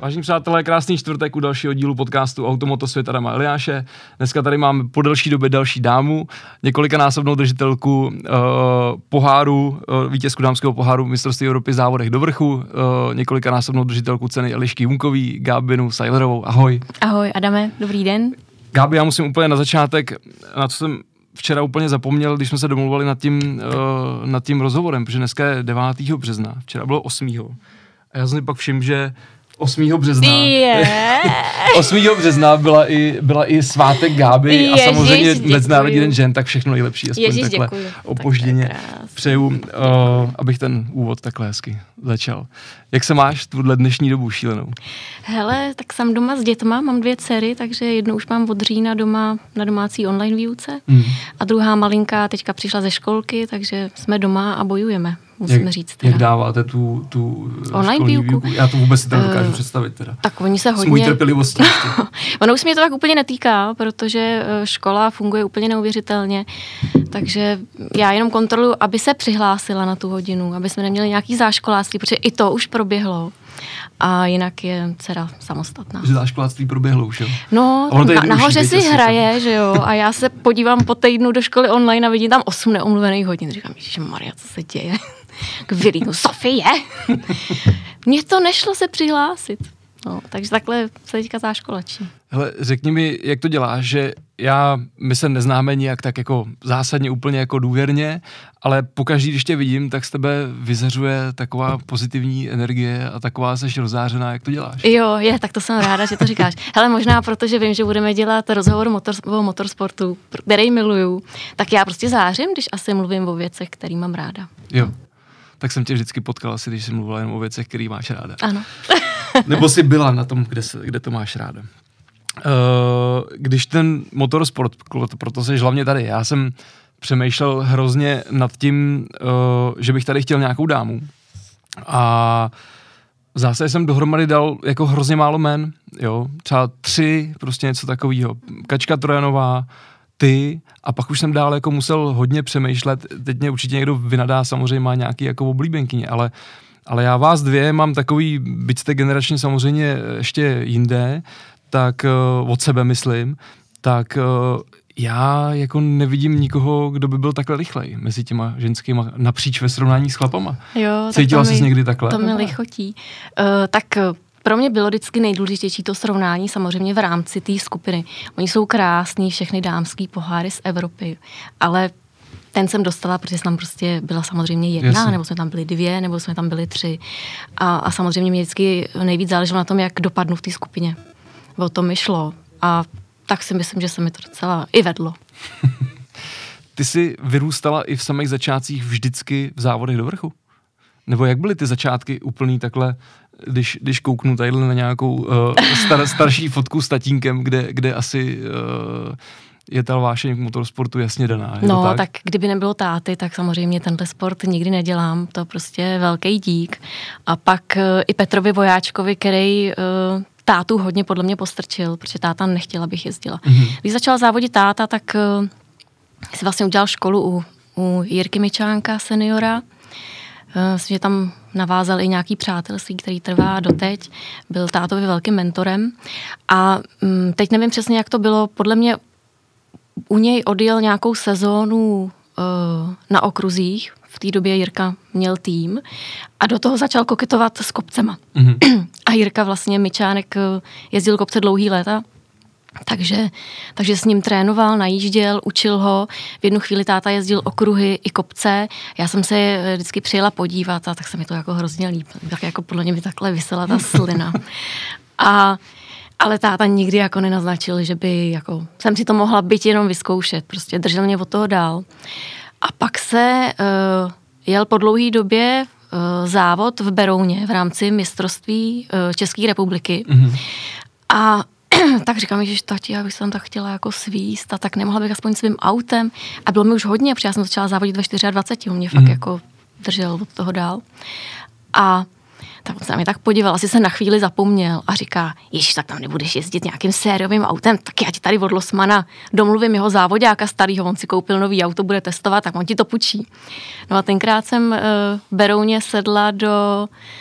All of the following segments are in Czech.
Vážení přátelé, krásný čtvrtek u dalšího dílu podcastu Automotosvět Adama Eliáše. Dneska tady máme po delší době další dámu, několikanásobnou držitelku poháru, vítězku dámského poháru mistrovství Evropy v závodech do vrchu, několikanásobnou držitelku ceny Elišky Junkový, Gábinu Sajlerovou. Ahoj. Ahoj Adame, dobrý den. Gábi, já musím úplně na začátek, na co jsem včera úplně zapomněl, když jsme se domluvali nad tím rozhovorem, protože dneska je 9. března, včera bylo 8. A já jsem si pak všiml, že 8. března 8. března byla i svátek Gáby a samozřejmě Mezinárodní den žen, tak všechno nejlepší, aspoň takhle opožděně přeju, abych ten úvod takhle hezky začal. Jak se máš tuhle dnešní dobu šílenou? Hele, tak jsem doma s dětma, mám 2 dcery, takže jednu už mám od října doma na domácí online výuce a druhá malinká teďka přišla ze školky, takže jsme doma a bojujeme. Musíme říct teda. Jak dáváte tu online výuku? Já to vůbec si tam dokážu představit teda. Tak oni se hodně... S mojí trpělivostí. Ono už mě to tak úplně netýká, protože škola funguje úplně neuvěřitelně, takže já jenom kontroluji, aby se přihlásila na tu hodinu, aby jsme neměli nějaký záškoláctví, protože i to už proběhlo. A jinak je dcera samostatná. Že záškoláctví proběhlo už, jo? No, nahoře si hraje, že jo, a já se podívám po týdnu do školy online a vidím tam 8 neomluvených hodin. Říkám, ježišmarja, co se děje? K Vilínu, Sofie! Mně to nešlo se přihlásit. No, takže takhle se teďka záškolačí. Hele, řekni mi, jak to děláš, že my se neznáme nijak tak jako zásadně úplně jako důvěrně, ale pokaždý, když tě vidím, tak z tebe vyzařuje taková pozitivní energie a taková seš rozzářená, jak to děláš? Jo, tak to jsem ráda, že to říkáš. Hele, možná protože vím, že budeme dělat rozhovor o motorsportu, který miluju, tak já prostě zářím, když asi mluvím o věcech, který mám ráda. Jo, tak jsem tě vždycky potkala asi, když jsi mluvila jen o věcech, který máš ráda. Ano. Nebo jsi byla na tom, kde to máš ráda. Když ten motorsport, proto seš hlavně tady, já jsem přemýšlel hrozně nad tím, že bych tady chtěl nějakou dámu a v zásadě jsem dohromady dal jako hrozně málo jmen, jo, třeba 3, prostě něco takového. Kačka Trojanová, ty a pak už jsem dál jako musel hodně přemýšlet, teď mě určitě někdo vynadá, samozřejmě má nějaký jako oblíbenkyně, ale já vás 2 mám takový, byť jste generačně samozřejmě ještě jinde, tak od sebe myslím, tak já jako nevidím nikoho, kdo by byl takhle rychlej mezi těma ženskýma napříč ve srovnání s chlapama. Jo, cítila jsi někdy takhle? To mi lichotí. Tak pro mě bylo vždycky nejdůležitější to srovnání samozřejmě v rámci té skupiny. Oni jsou krásní, všechny dámský poháry z Evropy, ale ten jsem dostala, protože jsem tam prostě byla samozřejmě 1, Jasně. Nebo jsme tam byli 2, nebo jsme tam byli 3. A samozřejmě mě vždycky nejvíc záleželo na tom, jak dopadnu v té skupině. O tom mi šlo. A tak si myslím, že se mi to docela i vedlo. Ty jsi vyrůstala i v samých začátcích vždycky v závodech do vrchu? Nebo jak byly ty začátky úplný takhle, když kouknu tadyhle na nějakou starší fotku s tatínkem, kde asi... je ta vášeň k motorsportu jasně daná. No, tak kdyby nebylo táty, tak samozřejmě tenhle sport nikdy nedělám. To prostě je velký dík. A pak i Petrovi Vojáčkovi, který tátu hodně podle mě postrčil, protože táta nechtěla, abych jezdila. Když začal závodit táta, tak si vlastně udělal školu u Jirky Mičánka, seniora. Myslím, že tam navázal i nějaký přátelství, který trvá doteď. Byl tátovi velkým mentorem. A teď nevím přesně, jak to bylo. Podle mě u něj odjel nějakou sezónu na okruzích. V té době Jirka měl tým a do toho začal koketovat s kopcema. A Jirka vlastně Mičánek jezdil kopce dlouhý léta, takže s ním trénoval, najížděl, učil ho. V jednu chvíli táta jezdil okruhy i kopce. Já jsem se vždycky přijela podívat a tak se mi to jako hrozně líbilo. Tak jako podle mě by takhle visela ta slina. Ale táta nikdy jako nenaznačil, že by jako jsem si to mohla být jenom vyzkoušet. Prostě držel mě od toho dál. A pak se jel po dlouhé době závod v Berouně v rámci mistrovství České republiky. A tak říkám, že tati, já bych se tam tak chtěla jako svíst a tak nemohla bych aspoň svým autem. A bylo mi už hodně, protože já jsem začala závodit ve 24, on mě fakt jako držel od toho dál. A tak on se na mě tak podíval, asi se na chvíli zapomněl a říká, ježiš, tak tam nebudeš jezdit nějakým sériovým autem, tak já ti tady od Losmana domluvím jeho závodáka starýho, on si koupil nový auto, bude testovat, tak on ti to půjčí. No a tenkrát jsem v Berouně sedla do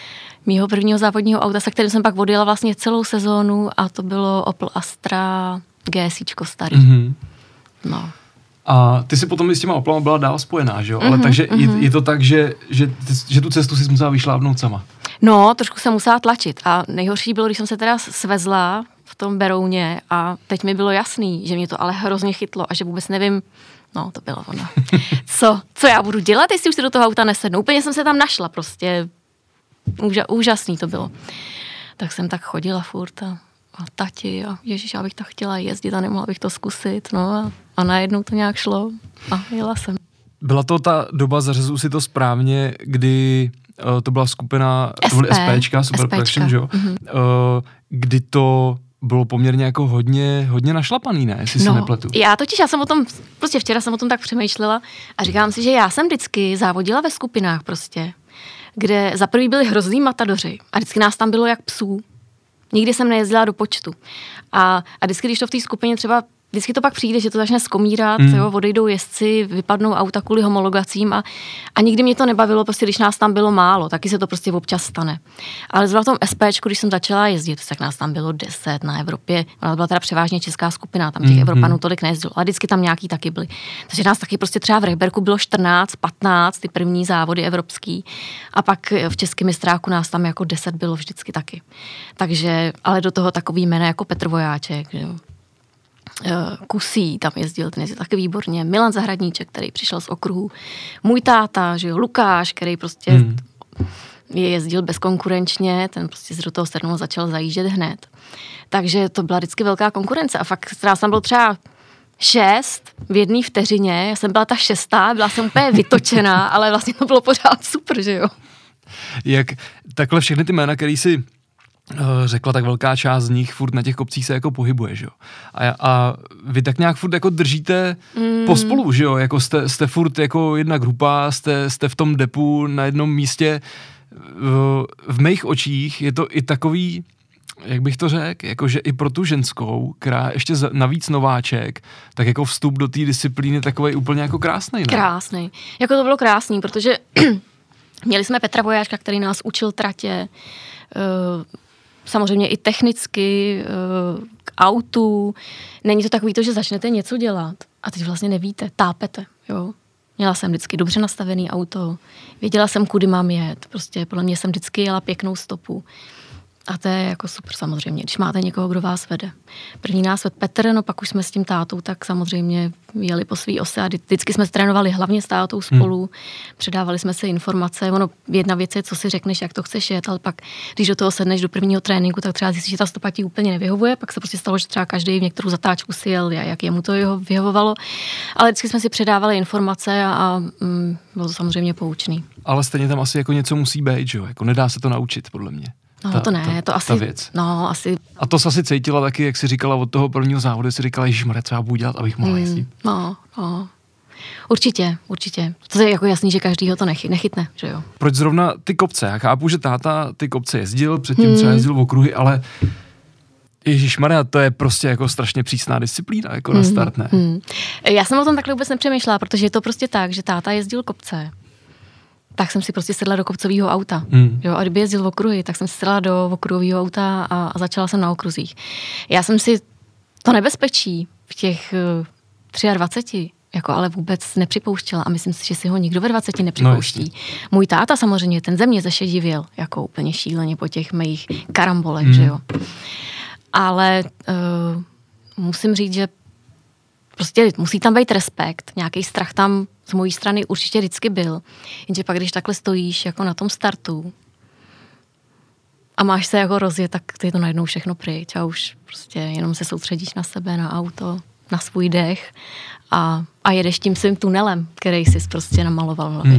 mýho prvního závodního auta, se kterým jsem pak odjela vlastně celou sezónu a to bylo Opel Astra GSIčko starý. No. A ty si potom i s těma Oplama byla dál spojená, že jo? Ale takže je to tak, že tu cestu si musela vyšlápnout sama. No, trošku jsem musela tlačit a nejhorší bylo, když jsem se teda svezla v tom Berouně a teď mi bylo jasný, že mě to ale hrozně chytlo a že vůbec nevím, no to bylo ono, co já budu dělat, jestli už si do toho auta nesednu. Úplně jsem se tam našla prostě, úžasný to bylo. Tak jsem tak chodila furt a tati a ježiš, já bych tak chtěla jezdit a nemohla bych to zkusit, no a najednou to nějak šlo a jela jsem. Byla to ta doba, zařazuji si to správně, kdy to byla skupina, to byly SPčka, Super Production, že jo? Kdy to bylo poměrně jako hodně našlapaný, ne? Jestli se nepletu. Já jsem o tom, prostě včera jsem o tom tak přemýšlela a říkám si, že já jsem vždycky závodila ve skupinách prostě, kde za prvý byli hrozný matadoři a vždycky nás tam bylo jak psů. Nikdy jsem nejezdila do počtu. A vždycky, když to v té skupině třeba, vždycky to pak přijde, že to začne skomírat, jo, odejdou jezdci, vypadnou auta kvůli homologacím a nikdy mě to nebavilo, prostě když nás tam bylo málo, taky se to prostě občas stane. Ale zrovna v tom SPčku, když jsem začala jezdit, tak nás tam bylo 10 na Evropě, ona byla teda převážně česká skupina, tam těch Evropanů tolik nejezdilo, ale vždycky tam nějaký taky byli. Takže nás taky prostě třeba v Rehberku bylo 14, 15, ty první závody evropský a pak v českém mistráku nás tam jako 10 bylo vždycky taky. Takže, ale do toho takový jména jako Petr Vojáček, že jo. Kusí tam jezdil, ten jezdil taky výborně, Milan Zahradníček, který přišel z okruhu, můj táta, že jo, Lukáš, který prostě jezdil bezkonkurenčně, ten prostě do toho sedmou začal zajíždět hned. Takže to byla vždycky velká konkurence a fakt nás tam bylo třeba 6 v jedné vteřině, já jsem byla ta 6, byla jsem úplně vytočená, ale vlastně to bylo pořád super, že jo. Jak takhle všechny ty jména, který si řekla, tak velká část z nich furt na těch kopcích se jako pohybuje, že jo. A vy tak nějak furt jako držíte pospolu, že jo, jako jste furt jako jedna grupa, jste v tom depu na jednom místě. V mých očích je to i takový, jak bych to řekl, jakože i pro tu ženskou, která ještě navíc nováček, tak jako vstup do té disciplíny takovej úplně jako krásnej, ne? Krásnej. Jako to bylo krásný, protože měli jsme Petra Vojáčka, který nás učil tratě, samozřejmě i technicky, k autu. Není to takový to, že začnete něco dělat a teď vlastně nevíte, tápete, jo. Měla jsem vždycky dobře nastavený auto, věděla jsem, kudy mám jet, prostě podle mě jsem vždycky jela pěknou stopu. A to je jako super samozřejmě, když máte někoho, kdo vás vede. První nás vedl Petr, no pak už jsme s tím tátou tak samozřejmě jeli po svý ose a vždycky jsme trénovali hlavně s tátou spolu, předávali jsme si informace. Ono, jedna věc je, co si řekneš, jak to chceš jet, ale pak, když do toho sedneš do prvního tréninku, tak třeba zjistíš, že ta stopa ti úplně nevyhovuje, pak se prostě stalo, že třeba každý v některou zatáčku si jel, jak jemu to jeho vyhovovalo. Ale vždycky jsme si předávali informace a bylo to samozřejmě poučný. Ale stejně tam asi jako něco musí být, že jo? Jako nedá se to naučit, podle mě. No to ne, to asi, věc. No asi. A to jsi asi cítila taky, jak jsi říkala od toho prvního závodu, si říkala, ježišmarja, co já budu dělat, abych mohla jezdit. No. Určitě. To je jako jasný, že každýho to nechytne, že jo. Proč zrovna ty kopce? Já chápu, že táta ty kopce jezdil, předtím třeba jezdil v okruhy, ale ježišmarja, to je prostě jako strašně přísná disciplína, jako na start, ne? Já jsem o tom takhle vůbec nepřemýšlela, protože je to prostě tak, že táta jezdil kopce. Tak jsem si prostě sedla do kopcového auta. Jo, a kdyby jezdil v okruhy, tak jsem si sedla do okruhového auta a začala jsem na okruzích. Já jsem si to nebezpečí v těch 23 jako ale vůbec nepřipouštěla a myslím si, že si ho nikdo ve 20 nepřipouští. No, můj táta samozřejmě, ten ze mě zešedivěl, jako úplně šíleně po těch mých karambolech, že jo. Ale musím říct, že prostě musí tam být respekt, nějaký strach tam z mojí strany určitě vždycky byl. Jenže pak, když takhle stojíš jako na tom startu a máš se jako rozjet, tak je to najednou všechno pryč a už prostě jenom se soustředíš na sebe, na auto, na svůj dech a jedeš tím svým tunelem, který jsi prostě namaloval v hlavě.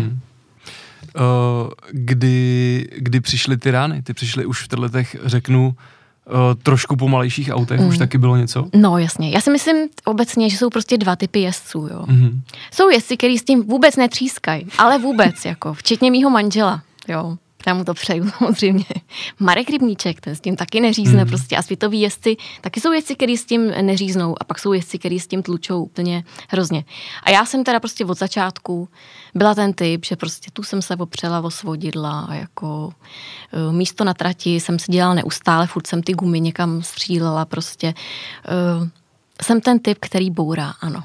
Kdy přišly ty rány? Ty přišly už v těchto letech, řeknu, trošku pomalejších autech, už taky bylo něco? No jasně, já si myslím obecně, že jsou prostě dva typy jezdců, jo. Jsou jezdci, který s tím vůbec netřískají, ale vůbec, jako, včetně mýho manžela, jo. Já mu to přeju samozřejmě. Marek Rybníček, ten s tím taky neřízne prostě a světoví jezdci, taky jsou jezdci, který s tím neříznou a pak jsou jezdci, který s tím tlučou úplně hrozně. A já jsem teda prostě od začátku byla ten typ, že prostě tu jsem se opřela o svodidla a jako místo na trati jsem si dělala neustále, furt jsem ty gumy někam střílela prostě. Jsem ten typ, který bourá, ano.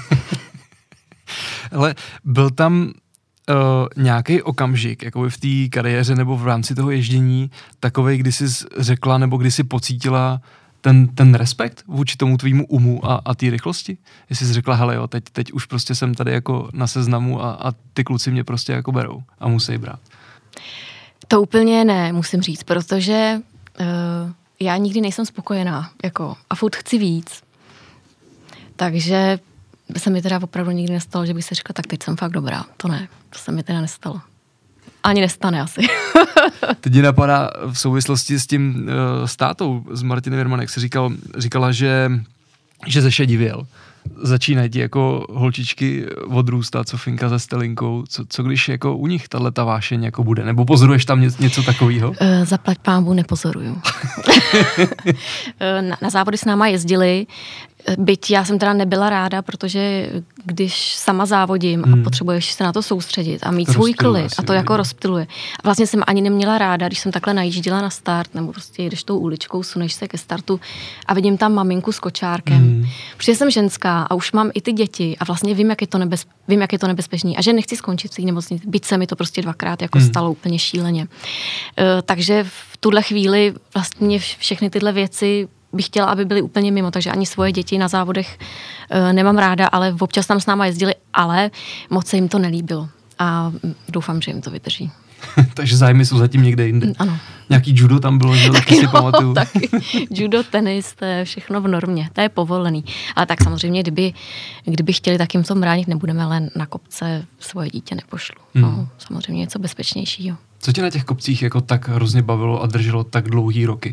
Ale byl tam nějaký okamžik, jako v té kariéře nebo v rámci toho ježdění, takovej, kdy jsi řekla nebo kdy jsi pocítila ten respekt vůči tomu tvýmu umu a té rychlosti? Jestli jsi řekla, hele jo, teď už prostě jsem tady jako na seznamu a ty kluci mě prostě jako berou a musí brát. To úplně ne, musím říct, protože já nikdy nejsem spokojená jako, a furt chci víc. Takže se mi teda opravdu nikdy nestalo, že bych si řekla, tak teď jsem fakt dobrá. To ne, to se mi teda nestalo. Ani nestane asi. Teď mě napadá v souvislosti s tím tátou, s Martinem Jermanem, jak jsi říkala, že se šedivěl. Začínají ti jako holčičky odrůstat, co Finka se Stelinkou. Co když jako u nich tato vášeň jako bude? Nebo pozoruješ tam něco takového? Zaplať pánbůh nepozoruju. Na závody s náma jezdili, byť já jsem teda nebyla ráda, protože když sama závodím a potřebuješ se na to soustředit a mít svůj klid a to jako rozptyluje. A vlastně jsem ani neměla ráda, když jsem takhle najížděla na start, nebo prostě jdeš tou uličkou, suneš se ke startu a vidím tam maminku s kočárkem. Protože jsem ženská a už mám i ty děti a vlastně vím, jak je to nebezpečný a že nechci skončit v té nemocnici, byť se mi to prostě dvakrát jako stalo úplně šíleně. Takže v tuhle chvíli vlastně všechny tyhle věci bych chtěla, aby byly úplně mimo, takže ani svoje děti na závodech nemám ráda, ale občas tam s náma jezdili, ale moc se jim to nelíbilo a doufám, že jim to vydrží. Takže zájmy jsou zatím někde jinde. Ano. Nějaký judo tam bylo, že taky si pamatuju. Taky. Judo, tenis, to je všechno v normě, to je povolený. Ale tak samozřejmě, kdyby chtěli, tak jim to bránit nebudeme, ale na kopce svoje dítě nepošlu. No, samozřejmě něco bezpečnějšího. Co tě na těch kopcích jako tak hrozně bavilo a drželo tak dlouhý roky?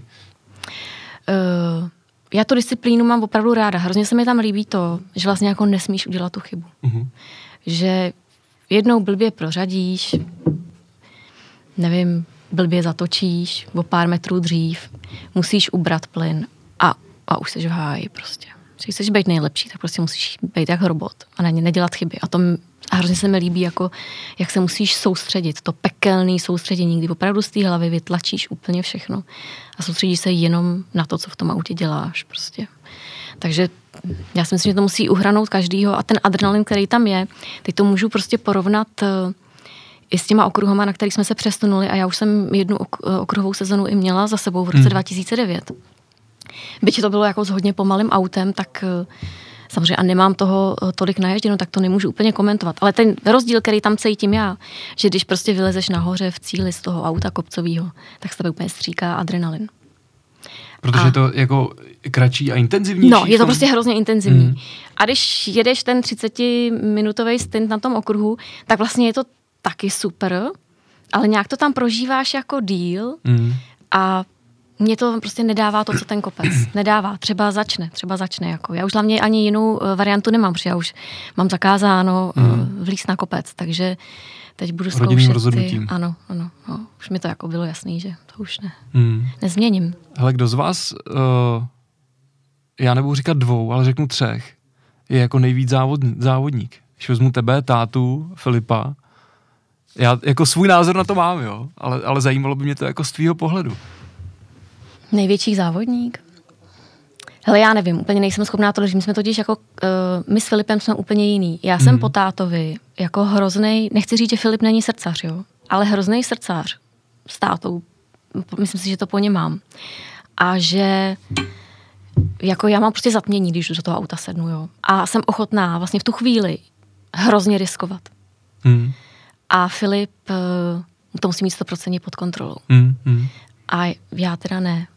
Já tu disciplínu mám opravdu ráda. Hrozně se mi tam líbí to, že vlastně jako nesmíš udělat tu chybu. Že jednou blbě prořadíš, nevím, blbě zatočíš o pár metrů dřív, musíš ubrat plyn a už jsi v háji prostě. Když chceš být nejlepší, tak prostě musíš být jak robot a nedělat chyby. A hrozně se mi líbí, jako, jak se musíš soustředit, to pekelné soustředění, kdy opravdu z té hlavy vytlačíš úplně všechno a soustředíš se jenom na to, co v tom autě děláš prostě. Takže já si myslím, že to musí uhranout každýho a ten adrenalin, který tam je, teď to můžu prostě porovnat i s těma okruhama, na kterých jsme se přesunuli a já už jsem jednu okruhovou sezonu i měla za sebou v roce 2009. Byť to bylo jako s hodně pomalým autem, tak samozřejmě a nemám toho tolik naježděno, tak to nemůžu úplně komentovat. Ale ten rozdíl, který tam cítím já, že když prostě vylezeš nahoře v cíli z toho auta kopcového, tak se tebe úplně stříká adrenalin. Protože je to jako kratší a intenzivnější? No, je to prostě hrozně intenzivní. A když jedeš ten 30-minutový stint na tom okruhu, tak vlastně je to taky super, ale nějak to tam prožíváš jako díl a mě to prostě nedává to, co ten kopec. Nedává. Třeba začne. Jako. Já už hlavně ani jinou variantu nemám, protože já už mám zakázáno vlízt na kopec, takže teď budu zkoušet Ano. Už mi to jako bylo jasný, že to už nezměním. Hele, kdo z vás, já nebudu říkat 2, ale řeknu 3, je jako nejvíc závodník. Když vezmu tebe, tátu, Filipa, já jako svůj názor na to mám, jo, ale zajímalo by mě to jako z tvýho pohledu. Největší závodník? Hele, já nevím, úplně nejsem schopná to, že my jsme totiž jako, my s Filipem jsme úplně jiný. Já jsem po tátovi jako hroznej, nechci říct, že Filip není srdcař, jo, ale hroznej srdcař s tátou. Myslím si, že to po něm mám. A že jako já mám prostě zatmění, když do toho auta sednu, jo. A jsem ochotná vlastně v tu chvíli hrozně riskovat. A Filip to musí mít 100% pod kontrolou. A já teda ne.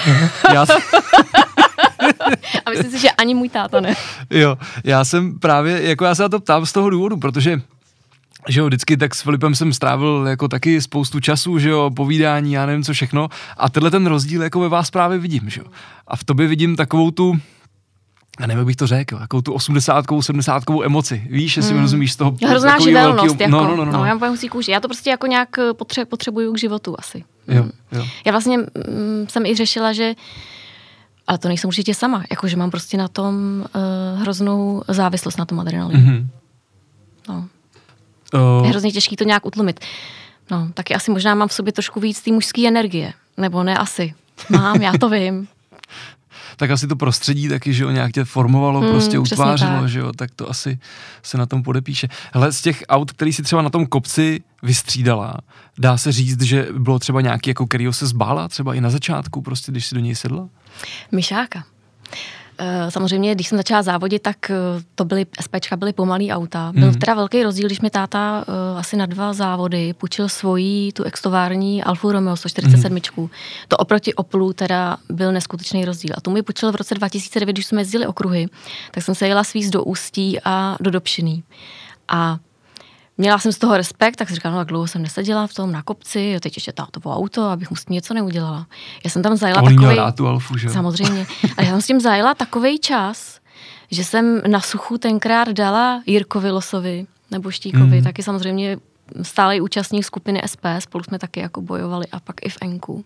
A myslím si, že ani můj táta ne. Jo, já jsem právě, jako já se na to ptám z toho důvodu, protože že jo, vždycky tak s Filipem jsem strávil jako taky spoustu času, že jo, povídání, já nevím co všechno a tenhle ten rozdíl jako ve vás právě vidím, že jo. A v tobě vidím takovou tu, a nevím, jak bych to řekl, jakou tu 80kovou emoci, víš, jestli mi rozumíš z toho. Hrozná živelnost, jako, no, já mám husí kůži, já to prostě jako nějak potřebuju k životu asi. Jo. Já vlastně jsem i řešila, že, ale to nejsem určitě sama, jako, že mám prostě na tom hroznou závislost na tom adrenalinu. No. Je hrozně těžký to nějak utlumit. No, taky asi možná mám v sobě trošku víc té mužské energie, nebo ne asi. Mám, já to vím. Tak asi to prostředí taky, že jo, nějak tě formovalo, prostě utvářelo, že jo, tak to asi se na tom podepíše. Hele, z těch aut, který si třeba na tom kopci vystřídala, dá se říct, že bylo třeba nějaký, jako kterýho se zbála, třeba i na začátku, prostě, když si do něj sedla? Myšáka. Samozřejmě, když jsem začala závodit, tak to byly, SPčka byly pomalý auta. Byl teda velký rozdíl, když mi táta asi na 2 závody půjčil svoji tu extovární Alfu Romeo 147. To oproti Opelu teda byl neskutečný rozdíl. A tu mi půjčil v roce 2009, když jsme jezdili okruhy, tak jsem se jela svízt do Ústí a do Dobšiný. A měla jsem z toho respekt, tak jsem říkala, no tak dlouho jsem neseděla v tom na kopci, jo, teď ještě tátovo auto, abych mu s tím něco neudělala. Já jsem tam zajela takovej... tu Alfu, že? Samozřejmě. A já jsem s tím zajela takovej čas, že jsem na suchu tenkrát dala Jirkovi Losovi, nebo Štíkovi, taky samozřejmě stálej účastník skupiny SP, spolu jsme taky jako bojovali a pak i v Enku.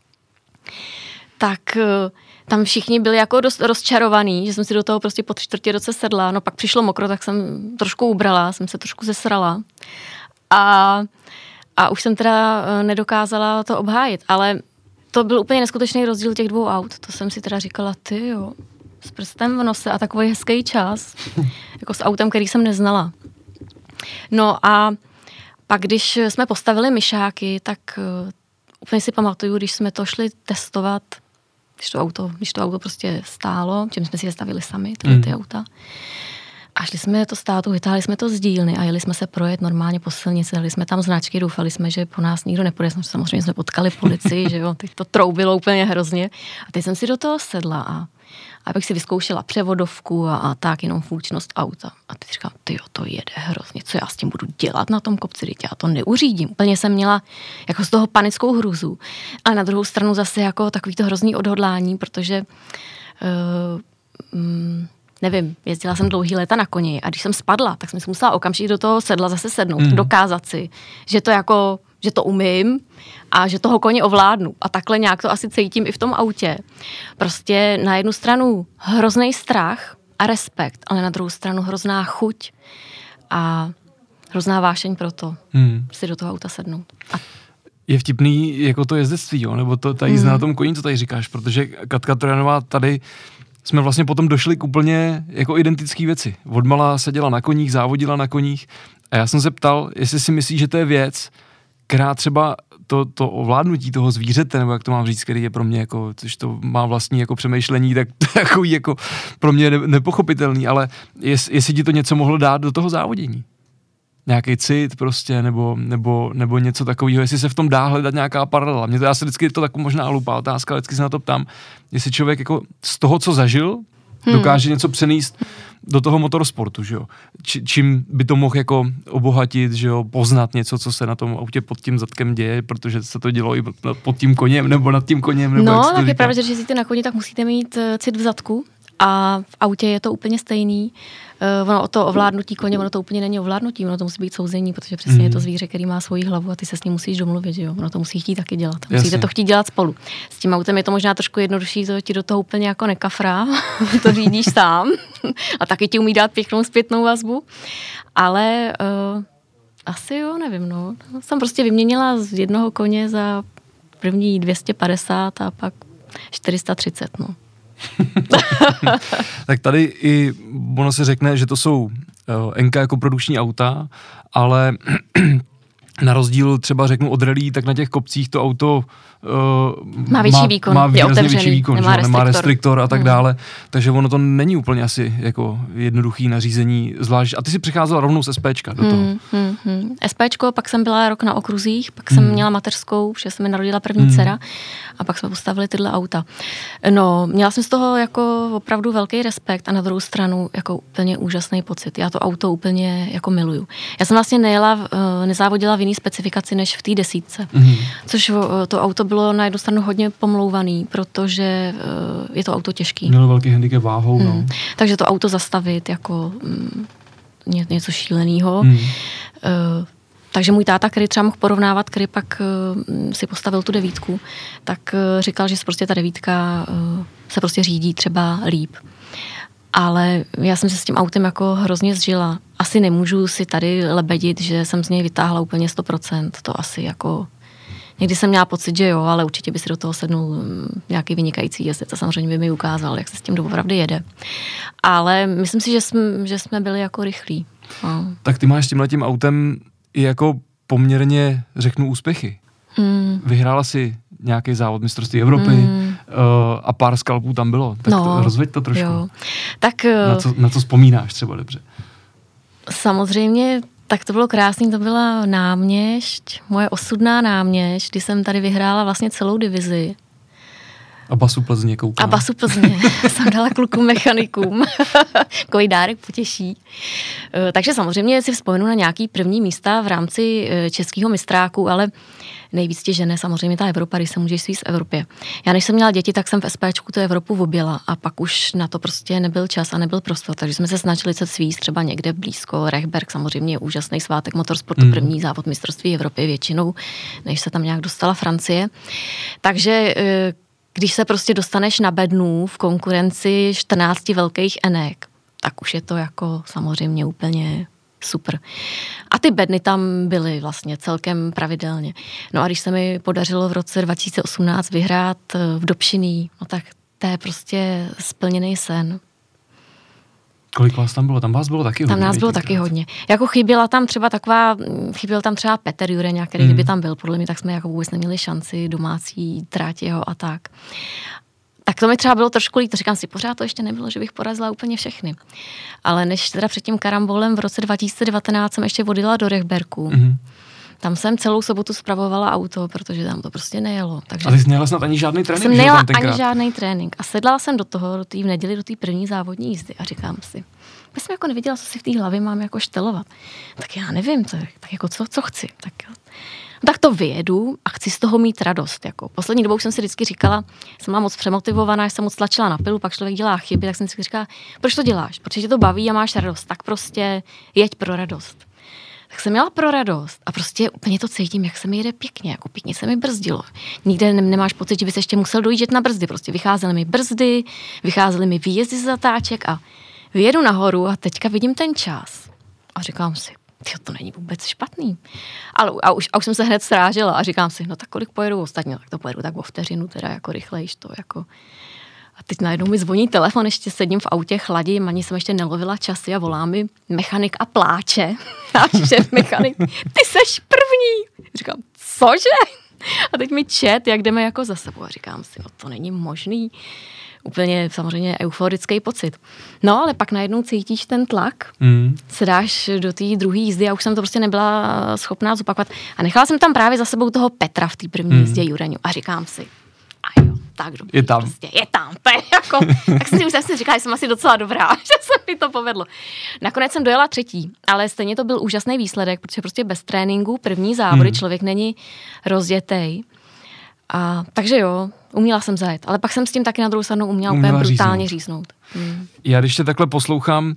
Tak tam všichni byli jako dost rozčarovaní, že jsem si do toho prostě po 3/4 roce sedla, no pak přišlo mokro, tak jsem trošku ubrala, jsem se trošku zesrala a už jsem teda nedokázala to obhájit, ale to byl úplně neskutečný rozdíl těch 2 aut, to jsem si teda říkala, ty jo, s prstem v nose a takový hezký čas, jako s autem, který jsem neznala. No a pak, když jsme postavili myšáky, tak úplně si pamatuju, když jsme to šli testovat, když to auto prostě stálo, čím jsme si je stavili sami, ty auta. A šli jsme to státu, vytáhli jsme to z dílny a jeli jsme se projet normálně po silnici, dali jsme tam značky, doufali jsme, že po nás nikdo nepůjde, samozřejmě jsme potkali policii, že jo, teď to troubilo úplně hrozně. A teď jsem si do toho sedla a abych si vyzkoušela převodovku a tak, jenom funkčnost auta. A teď říkám, tyjo, to jede hrozně, co já s tím budu dělat na tom kopci, teď já to neuřídím. Úplně jsem měla jako z toho panickou hruzu. Ale na druhou stranu zase jako takový to hrozný odhodlání, protože nevím, jezdila jsem dlouhý léta na koni a když jsem spadla, tak jsem si musela okamžitě do toho sedla zase sednout, dokázat si, že to jako, že to umím a že toho koně ovládnu. A takhle nějak to asi cítím i v tom autě. Prostě na jednu stranu hrozný strach a respekt, ale na druhou stranu hrozná chuť a hrozná vášeň pro to si do toho auta sednout. Je vtipný jako to jezdectví, jo? Nebo to ta jízda na tom koni, co tady říkáš, protože Katka Trojanová tady jsme vlastně potom došli k úplně jako identické věci. Odmala seděla na koních, závodila na koních a já jsem se ptal, jestli si myslíš, že to je věc, která třeba to ovládnutí toho zvířete, nebo jak to mám říct, který je pro mě jako, což to má vlastní jako přemýšlení, tak to je takový jako pro mě nepochopitelný, ale jestli ti to něco mohlo dát do toho závodění. Nějaký cit prostě, nebo něco takového, jestli se v tom dá hledat nějaká paralela. Mě to já se vždycky, to tak možná hlupá otázka, vždycky se na to ptám, jestli člověk jako z toho, co zažil, dokáže něco přenést do toho motorsportu, že jo. Čím by to mohl jako obohatit, že jo, poznat něco, co se na tom autě pod tím zadkem děje, protože se to dělo i pod tím koněm, nebo nad tím koněm, nebo no, tak je pravda, že když jezdíte na koni, tak musíte mít cit v zadku a v autě je to úplně stejný. Ono to ovládnutí koně, ono to úplně není ovládnutí, ono to musí být souzení, protože přesně je to zvíře, který má svoji hlavu a ty se s ním musíš domluvit, jo. Ono to musí chtít taky dělat. Musíte to chtít dělat spolu. S tím autem je to možná trošku jednodušší, to ti do toho úplně jako nekafrá, to řídíš sám a taky ti umí dát pěknou zpětnou vazbu, ale asi jo, nevím, no. Jsem prostě vyměnila z jednoho koně za první 250 a pak 430, no. Tak tady i ono se řekne, že to jsou NK jako produkční auta, ale na rozdíl třeba řeknu od rally, tak na těch kopcích to auto má větší výkon, má je otevřený, větší výkon, nemá restriktor a tak dále, takže ono to není úplně asi jako jednoduchý nařízení, zvlášť. A ty si přicházela rovnou z SPčka do toho. SPčko, pak jsem byla rok na okruzích, pak jsem měla mateřskou, protože se mi narodila první dcera a pak jsme postavili tyhle auta. No, měla jsem z toho jako opravdu velký respekt a na druhou stranu jako úplně úžasný pocit. Já to auto úplně jako miluju. Já jsem vlastně nezávodila v jiný jiný specifikaci než v té 10. Což to auto bylo na jednu stranu hodně pomlouvaný, protože je to auto těžký. Mělo velký handicap váhou, no. Takže to auto zastavit jako něco šílenýho. Takže můj táta, který třeba mohl porovnávat, který pak si postavil tu 9, tak říkal, že prostě ta 9 se prostě řídí třeba líp. Ale já jsem se s tím autem jako hrozně zžila. Asi nemůžu si tady lebedit, že jsem z něj vytáhla úplně 100%. To asi jako... Někdy jsem měla pocit, že jo, ale určitě by si do toho sednul nějaký vynikající jezdec a samozřejmě by mi ukázal, jak se s tím doopravdy jede. Ale myslím si, že jsme byli jako rychlí. No. Tak ty máš s tímhletím autem i jako poměrně, řeknu, úspěchy. Vyhrála si nějaký závod mistrovství Evropy a pár skalpů tam bylo. Tak to rozveď to trošku. Jo. Tak, na co vzpomínáš třeba dobře? Samozřejmě, tak to bylo krásný, to byla Náměšť, moje osudná Náměšť, kdy jsem tady vyhrála vlastně celou divizi. A Basu Plzně koukala. A Basu Plzně jsem dala klukům mechanikům. Takový dárek potěší. Takže samozřejmě si vzpomenu na nějaký první místa v rámci českého mistráku, ale nejvíc tě žene samozřejmě ta Evropa, když se můžeš svíst v Evropě. Já než jsem měla děti, tak jsem v SPčku tu Evropu objela a pak už na to prostě nebyl čas a nebyl prostor, takže jsme se snažili se svíst třeba někde blízko. Rechberg samozřejmě je úžasný svátek motorsportu, první závod mistrovství Evropy většinou, než se tam nějak dostala Francie. Takže když se prostě dostaneš na bednu v konkurenci 14 velkých enek, tak už je to jako samozřejmě úplně super. A ty bedny tam byly vlastně celkem pravidelně. No a když se mi podařilo v roce 2018 vyhrát v Dobšiný, no tak to je prostě splněný sen. Kolik vás tam bylo? Tam vás bylo taky hodně. Tam nás bylo taky hodně. Jako chyběl tam třeba Petr Jureňák, který kdyby tam byl, podle mě, tak jsme jako vůbec neměli šanci, domácí trať jeho a tak. Tak to mi třeba bylo trošku líto, říkám si, pořád to ještě nebylo, že bych porazila úplně všechny. Ale než teda před tím karambolem v roce 2019 jsem ještě odjela do Rechberku. Tam jsem celou sobotu spravovala auto, protože tam to prostě nejelo. Takže a ty jsi nejela snad ani žádný trénink? Jsem nejela ani žádný trénink. A sedla jsem do toho, v neděli, do té první závodní jízdy a říkám si, já jsem jako nevěděla, co si v té hlavě mám jako štelovat. Tak já nevím, tak jako co chci. Tak to vyjedu a chci z toho mít radost. Jako. Poslední dobou jsem si vždycky říkala, jsem byla moc přemotivovaná, jsem moc tlačila na pilu, pak člověk dělá chyby, tak jsem si říkala, proč to děláš? Protože tě to baví a máš radost, tak prostě jeď pro radost. Tak jsem měla pro radost a prostě úplně to cítím, jak se mi jede pěkně, jako pěkně se mi brzdilo. Nikde nemáš pocit, že bys ještě musel dojíždět na brzdy, prostě vycházely mi brzdy, vycházely mi výjezdy z zatáček a vyjedu nahoru a teďka vidím ten čas a říkám si, to není vůbec špatný. Ale a už jsem se hned srážela a říkám si, no tak kolik pojedu ostatně, tak to pojedu tak o vteřinu, teda jako rychlejš to jako. A teď najednou mi zvoní telefon, ještě sedím v autě, chladím, ani jsem ještě nelovila časy a volá mi mechanik a pláče. A šéf mechanik, ty seš první. Říkám, cože? A teď mi čet, jak jdeme jako za sebou a říkám si, no to není možný. Úplně samozřejmě euforický pocit. No, ale pak najednou cítíš ten tlak, se dáš do té druhé jízdy a už jsem to prostě nebyla schopná zopakovat. A nechala jsem tam právě za sebou toho Petra v té první jízdě Jureňu a říkám si, a jo, tak dobrý, je tam. Prostě, je tam, to je jako, tak jsem si říkala, že jsem asi docela dobrá, že se mi to povedlo. Nakonec jsem dojela 3., ale stejně to byl úžasný výsledek, protože prostě bez tréninku první závody člověk není rozjetej. A takže jo, uměla jsem zajet, ale pak jsem s tím taky na druhou stranu uměla úplně brutálně říznout. Já když tě takhle poslouchám,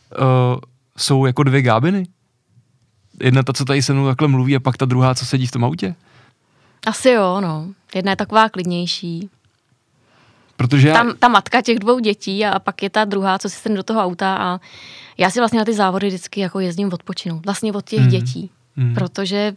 jsou jako 2 Gábiny? Jedna ta, co tady se mnou takhle mluví a pak ta druhá, co sedí v tom autě? Asi jo, no. Jedna je taková klidnější. Protože ta matka těch 2 dětí a pak je ta druhá, co si sedne do toho auta a já si vlastně na ty závody vždycky jako jezdím odpočinout. Vlastně od těch dětí. Protože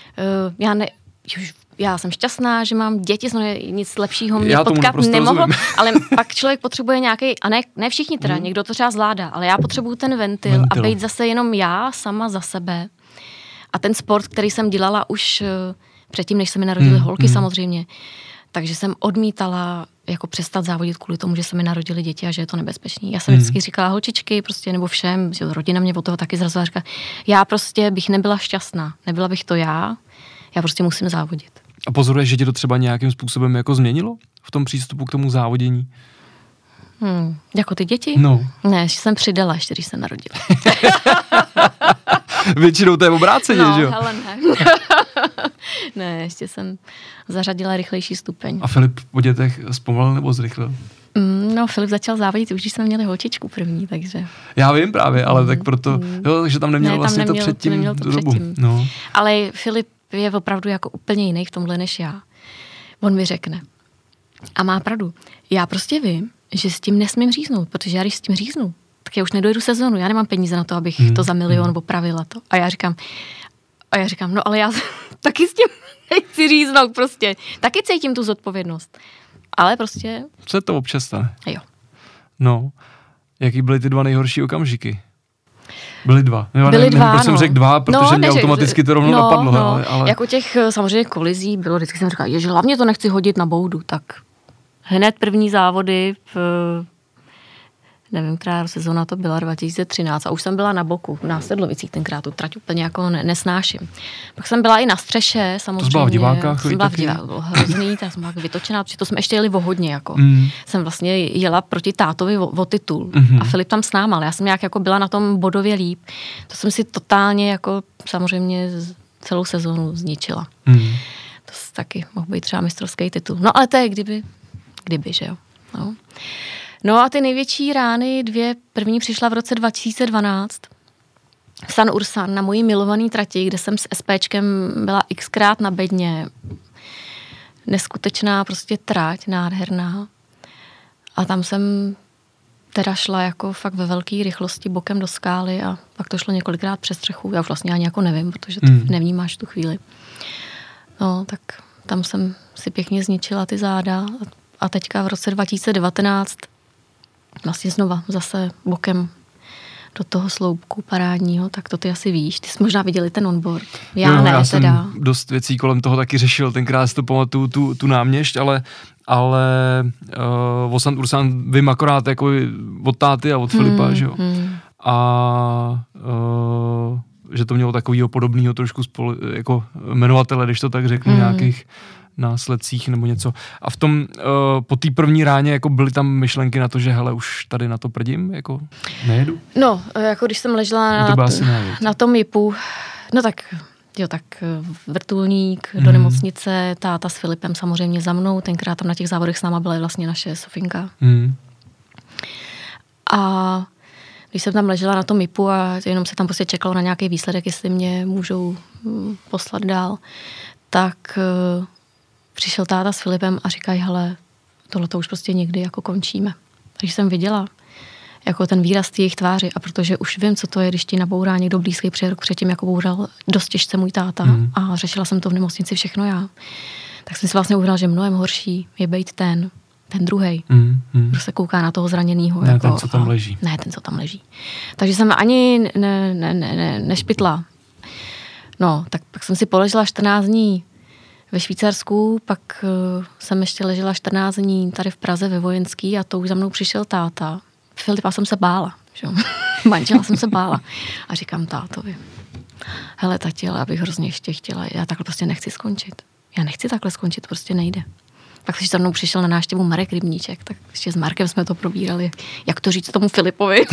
já jsem šťastná, že mám děti, nic lepšího mě potkat nemohlo, ale pak člověk potřebuje nějaký, a ne všichni teda, někdo to třeba zvládá, ale já potřebuju ten ventil a být zase jenom já sama za sebe. A ten sport, který jsem dělala už předtím, než se mi narodily holky samozřejmě, takže jsem odmítala jako přestat závodit kvůli tomu, že se mi narodily děti a že je to nebezpečný. Já jsem vždycky říkala holčičky prostě, nebo všem, že rodina mě od toho taky zrazila, říkala, já prostě bych nebyla šťastná, nebyla bych to já prostě musím závodit. A pozoruješ, že tě to třeba nějakým způsobem jako změnilo v tom přístupu k tomu závodění? Jako ty děti? No. Ne, ještě jsem přidala, ještě když se narodila. Většinou to je obráceně, že jo? Hele, ne. Ne, ještě jsem zařadila rychlejší stupeň. A Filip po dětech zpomalil nebo zrychlil? No, Filip začal závodit už, když jsme měli holčičku první, takže... Já vím právě, ale tak proto, jo, že tam neměl vlastně to předtím dobu. No. Ale Filip je opravdu jako úplně jiný v tomhle než já. On mi řekne. A má pravdu. Já prostě vím, že s tím nesmím říznout, protože já když s tím říznu, tak já už nedojedu sezonu, já nemám peníze na to, abych to za milion opravila to. A já říkám, no ale já taky s tím nechci říznout prostě. Taky cítím tu zodpovědnost. Ale prostě... Co to občas stane? Jo. No. Jaký byly ty 2 nejhorší okamžiky? Byly 2. Byly 2, proč jsem řekl 2, protože mě automaticky to rovnou napadlo. Ale... Jako těch samozřejmě kolizí bylo, vždycky jsem říkala, že hlavně to nechci hodit na boudu, tak hned první závody nevím, která sezóna to byla, 2013 a už jsem byla na boku, v Následlovicích tenkrát, tu trať úplně jako nesnáším. Pak jsem byla i na střeše, samozřejmě. To byla v Divákách? Jsem byla v Divákách, bylo hrozný, tak jsem byla vytočená, protože to jsme ještě jeli o hodně, jako. Jsem vlastně jela proti tátovi o titul a Filip tam s náma, ale já jsem nějak jako byla na tom bodově líp. To jsem si totálně jako samozřejmě celou sezónu zničila. To taky mohl být třeba mistrovský titul. No ale to je kdyby, že jo. No a ty největší rány 2, první přišla v roce 2012 v San Ursan na mojí milovaný trati, kde jsem s SPčkem byla xkrát na bedně. Neskutečná prostě trať, nádherná. A tam jsem teda šla jako fakt ve velké rychlosti bokem do skály a pak to šlo několikrát přes střechu. Já už vlastně ani jako nevím, protože to nevnímáš tu chvíli. No, tak tam jsem si pěkně zničila ty záda a teďka v roce 2019 vlastně znova zase bokem do toho sloupku parádního, tak to ty asi víš. Ty jsi možná viděli ten onboard. Já jsem dost věcí kolem toho taky řešil. Tenkrát si to pamatuju tu náměšť, ale o Sant Ursan vím akorát jako od táty a od Filipa, že jo. A že to mělo takovýho podobného trošku jako jmenovatele, když to tak řeknu, nějakých následcích nebo něco. A v tom, po té první ráně, jako byly tam myšlenky na to, že hele, už tady na to prdím, jako nejedu? No, jako když jsem ležela na tom jipu, no tak vrtulník do nemocnice, táta s Filipem samozřejmě za mnou, tenkrát tam na těch závodech s náma byla vlastně naše Sofinka. A když jsem tam ležela na tom jipu a jenom se tam prostě čekalo na nějaký výsledek, jestli mě můžou poslat dál, tak přišel táta s Filipem a říkají, hele, tohleto už prostě někdy jako končíme. Takže jsem viděla jako ten výraz té jejich tváři a protože už vím, co to je, když ti nabourá někdo blízký, rok předtím jako boural dost těžce můj táta a řešila jsem to v nemocnici všechno já. Tak jsem si vlastně uvědomila, že mnohem horší je být ten druhej, kdo se kouká na toho zraněnýho. Ne jako, ten, co tam leží. Ne ten, co tam leží. Takže jsem ani nešpitla. No, tak pak jsem si položila 14 dní ve Švýcarsku, pak jsem ještě ležela 14 dní tady v Praze ve Vojenský a to už za mnou přišel táta. Filipa jsem se bála, že? Manžela jsem se bála. A říkám tátovi, hele tati, ale abych hrozně ještě chtěla, já takhle prostě nechci skončit. Já nechci takhle skončit, prostě nejde. Pak když za mnou přišel na návštěvu Marek Rybníček, tak ještě s Markem jsme to probírali, jak to říct tomu Filipovi.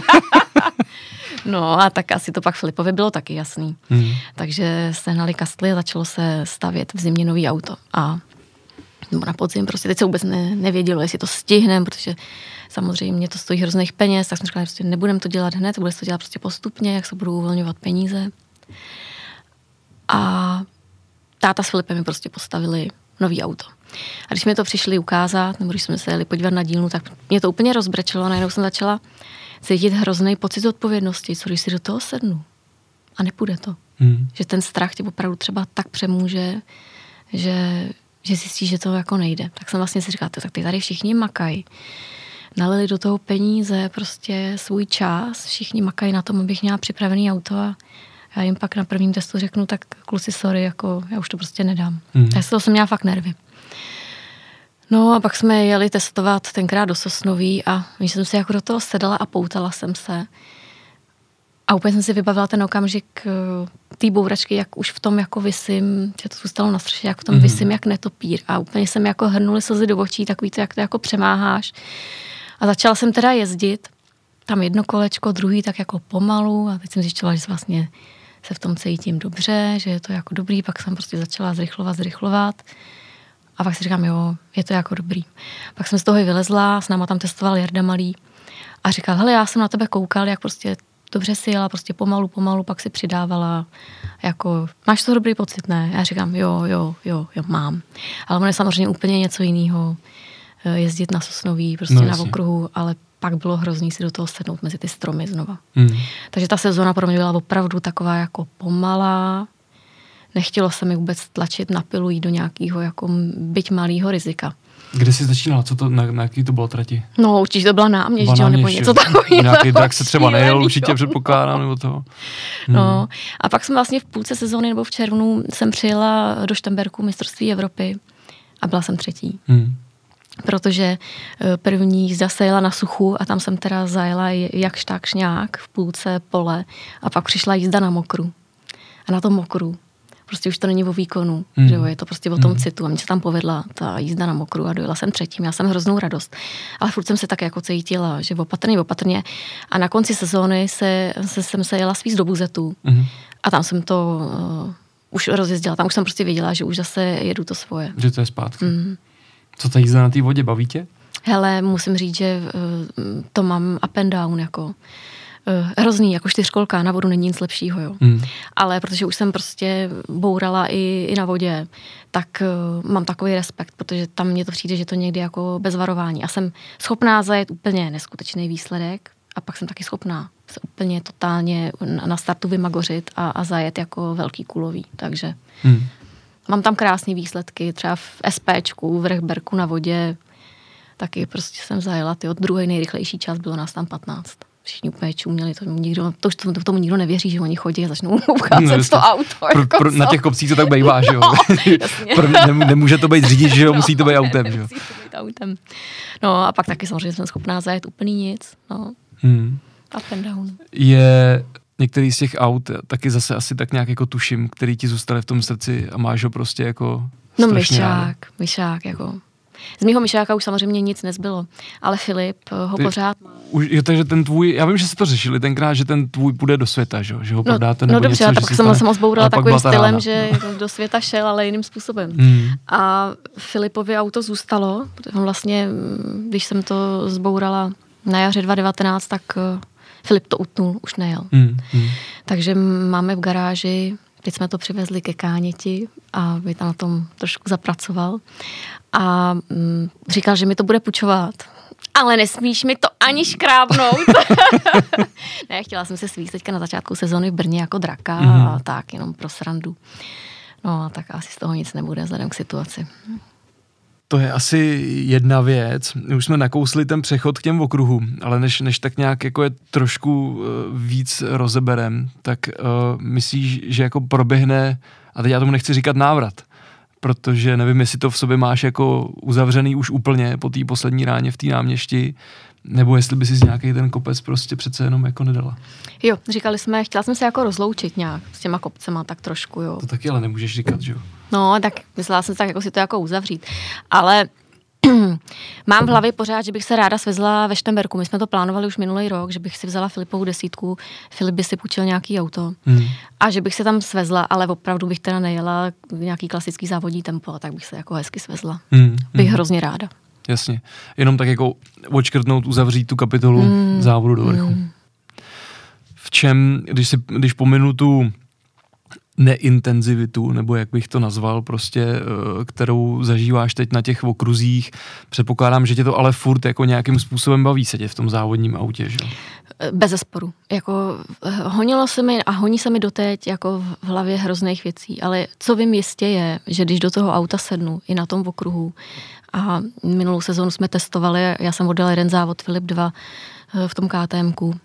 No a tak asi to pak Filipovi bylo taky jasný. Takže sehnali kastly a začalo se stavět v zimě nový auto. A na podzim prostě teď se vůbec nevědělo, jestli to stihnem, protože samozřejmě to stojí hrozných peněz, tak jsme říkali, že prostě nebudeme to dělat hned, bude se to dělat prostě postupně, jak se budou uvolňovat peníze. A táta s Filipem mi prostě postavili nový auto. A když mi to přišli ukázat, nebo když jsme se jeli podívat na dílnu, tak mě to úplně rozbrečelo a najednou jsem začala cítit hrozný pocit odpovědnosti, co když si do toho sednu a nepůjde to. Že ten strach tě opravdu třeba tak přemůže, že zjistíš, že to jako nejde. Tak jsem vlastně si říkala, tak ty tady všichni makají. Nalili do toho peníze, prostě svůj čas, všichni makají na tom, abych měla připravený auto a já jim pak na prvním testu řeknu, tak kluci, sorry, jako já už to prostě nedám. Já z toho jsem měla fakt nervy. No a pak jsme jeli testovat tenkrát do Sosnoví a víš, jsem si jako do toho sedala a poutala jsem se. A úplně jsem si vybavila ten okamžik té bouračky, jak už v tom jako visím, že to zůstalo na střeše, jak v tom visím jak netopír. A úplně jsem jako hrnuly slzy do očí, takový to, jak to jako přemáháš. A začala jsem teda jezdit, tam jedno kolečko, druhý tak jako pomalu a teď jsem zjišťovala, že se vlastně se v tom cítím dobře, že je to jako dobrý, pak jsem prostě začala zrychlovat a pak si říkám, jo, je to jako dobrý. Pak jsem z toho i vylezla, s náma tam testoval Jarda Malý a říkal, hele, já jsem na tebe koukal, jak prostě dobře si jela, prostě pomalu, pak si přidávala, jako, máš to dobrý pocit, ne? Já říkám, jo, mám. Ale ono je samozřejmě úplně něco jiného, jezdit na Sosnoví, prostě na okruhu, ale pak bylo hrozný si do toho sednout mezi ty stromy znova. Takže ta sezóna pro mě byla opravdu taková jako pomalá, nechtělo se mi vůbec tlačit na pilu, jít do nějakého jako byť malého rizika. Kde jsi začínala? Co to, na jaký to bylo trati? No, určitě to byla náměšť, nebo něco takového. Nějaký drak se třeba nejel, určitě předpokládám, nebo toho. No, a pak jsem vlastně v půlce sezóny nebo v červnu jsem přijela do Štemberku mistrovství Evropy a byla jsem 3. Protože první jízda se jela na suchu a tam jsem teda zajela jakž tak šňák v půlce pole a pak přišla jízda na mokru. A na tom mokru prostě už to není o výkonu, že jo, je to prostě o tom citu a mně se tam povedla ta jízda na mokru a dojela jsem 3. Já jsem hroznou radost. Ale furt jsem se tak jako cítila, že opatrně a na konci sezóny jsem se jela svízt do Buzetu a tam jsem to už rozjezdila, tam už jsem prostě věděla, že už zase jedu to svoje. Že to je zpátky. Co ta jízda na té vodě, baví tě? Hele, musím říct, že to mám up and down, jako hrozný, jako 4kolka na vodu není nic lepšího, jo. Ale protože už jsem prostě bourala i na vodě, tak mám takový respekt, protože tam mně to přijde, že to někdy jako bez varování. A jsem schopná zajet úplně neskutečný výsledek a pak jsem taky schopná se úplně totálně na startu vymagořit a zajet jako velký kulový, takže mám tam krásné výsledky, třeba v SPčku, v Rechberku na vodě, taky prostě jsem zajela, druhý nejrychlejší čas, bylo nás tam 15. Všichni úplně čuměli, tomu nikdo nevěří, že oni chodí a začnou ucházet to auto. Na těch kopcích to tak bývá, že jo? Nemůže to být řidič, že jo? Musí to být autem, že jo? Musí to být autem. No a pak taky samozřejmě jsem schopná zajet úplný nic, no. Up and down. Je některý z těch aut taky zase asi tak nějak jako tuším, který ti zůstali v tom srdci a máš ho prostě jako myšák, jako. Z mýho myšáka už samozřejmě nic nezbylo, ale Filip ho pořád má. Takže ten tvůj, já vím, že jste to řešili tenkrát, že ten tvůj půjde do světa, že ho prodáte nebo dobře, něco, tak jsem ho zbourala takovým stylem, že do světa šel, ale jiným způsobem. A Filipovi auto zůstalo, protože vlastně, když jsem to zbourala na jaře 2019, tak Filip to utnul, už nejel. Takže máme v garáži, teď jsme to přivezli ke Káněti a by tam na tom trošku zapracoval. A říkal, že mi to bude půjčovat. Ale nesmíš mi to ani škrábnout. Ne, chtěla jsem se svíst teďka na začátku sezóny v Brně jako draka a tak, jenom pro srandu. No, tak asi z toho nic nebude vzhledem k situaci. To je asi jedna věc. Už jsme nakousli ten přechod k těm okruhům, ale než tak nějak jako je trošku víc rozeberem, tak myslíš, že jako proběhne, a teď já tomu nechci říkat návrat, protože nevím, jestli to v sobě máš jako uzavřený už úplně po té poslední ráně v té náměšti, nebo jestli by si z nějaký ten kopec prostě přece jenom jako nedala. Jo, říkali jsme, chtěla jsem se jako rozloučit nějak s těma kopcema, tak trošku, jo. To taky ale nemůžeš říkat, že jo? No, tak myslela jsem tak jako si to jako uzavřít. Ale mám v hlavě pořád, že bych se ráda svezla ve Štemberku. My jsme to plánovali už minulý rok, že bych si vzala Filipovu 10, Filip by si půjčil nějaký auto a že bych se tam svezla, ale opravdu bych teda nejela nějaký klasický závodní tempo, tak bych se jako hezky svezla. Bych hrozně ráda. Jasně. Jenom tak jako odškrtnout, uzavřít tu kapitolu závodu do vrchu. V čem, když pominu tu neintenzivitu, nebo jak bych to nazval, prostě, kterou zažíváš teď na těch okruzích, předpokládám, že tě to ale furt jako nějakým způsobem baví sedět v tom závodním autě, že? Bezesporu. Jako honilo se mi a honí se mi doteď jako v hlavě hrozných věcí, ale co vím jistě je, že když do toho auta sednu i na tom okruhu a minulou sezónu jsme testovali, já jsem oddala jeden závod, Filip 2 v tom KTMku,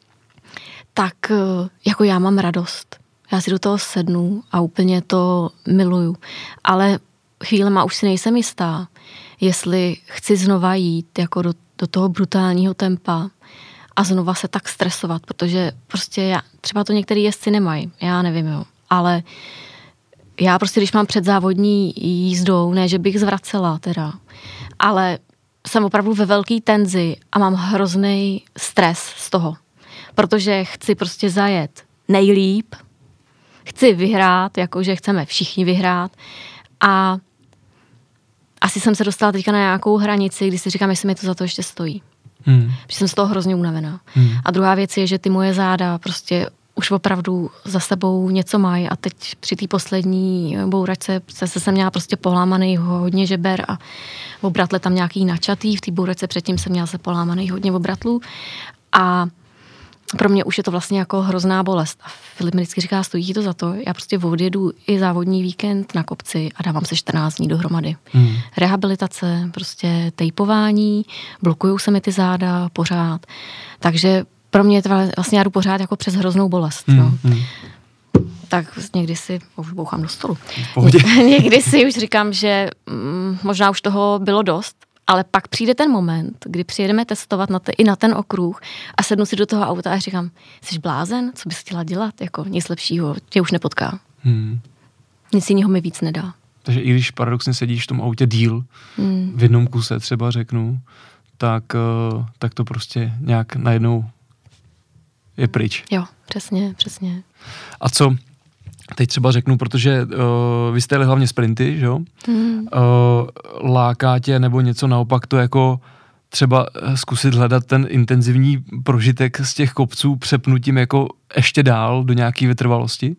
tak jako já mám radost. Já si do toho sednu a úplně to miluju. Ale chvílema už si nejsem jistá, jestli chci znova jít jako do toho brutálního tempa a znova se tak stresovat, protože prostě třeba to některý jezdci nemají, já nevím, jo. Ale já prostě, když mám předzávodní jízdou, ne, že bych zvracela teda, ale jsem opravdu ve velký tenzi a mám hrozný stres z toho, protože chci prostě zajet nejlíp chci vyhrát, jakože chceme všichni vyhrát a asi jsem se dostala teďka na nějakou hranici, kdy si říkám, jestli mi to za to ještě stojí. Protože jsem z toho hrozně unavená. A druhá věc je, že ty moje záda prostě už opravdu za sebou něco mají a teď při té poslední bouračce jsem měla prostě polámaný hodně žeber a obratle tam nějaký načatý, v té bouračce předtím jsem měla se polámaný hodně obratlů a pro mě už je to vlastně jako hrozná bolest. A Filip mi vždycky říká, stojí to za to, já prostě odjedu i závodní víkend na kopci a dávám se 14 dní dohromady. Rehabilitace, prostě tejpování, blokujou se mi ty záda pořád. Takže pro mě to vlastně já jdu pořád jako přes hroznou bolest. No. Tak někdy si, už bouchám do stolu, někdy si už říkám, že možná už toho bylo dost, ale pak přijde ten moment, kdy přijedeme testovat i na ten okruh a sednu si do toho auta a říkám, jsi blázen, co bys chtěla dělat, jako nic lepšího tě už nepotká. Nic jiného mi víc nedá. Takže i když paradoxně sedíš v tom autě díl, v jednom kuse třeba řeknu, tak to prostě nějak najednou je pryč. Jo, přesně. A co teď třeba řeknu, protože vy jste jeli hlavně sprinty, že jo? Láká tě nebo něco naopak to jako třeba zkusit hledat ten intenzivní prožitek z těch kopců přepnutím jako ještě dál do nějaký vytrvalosti?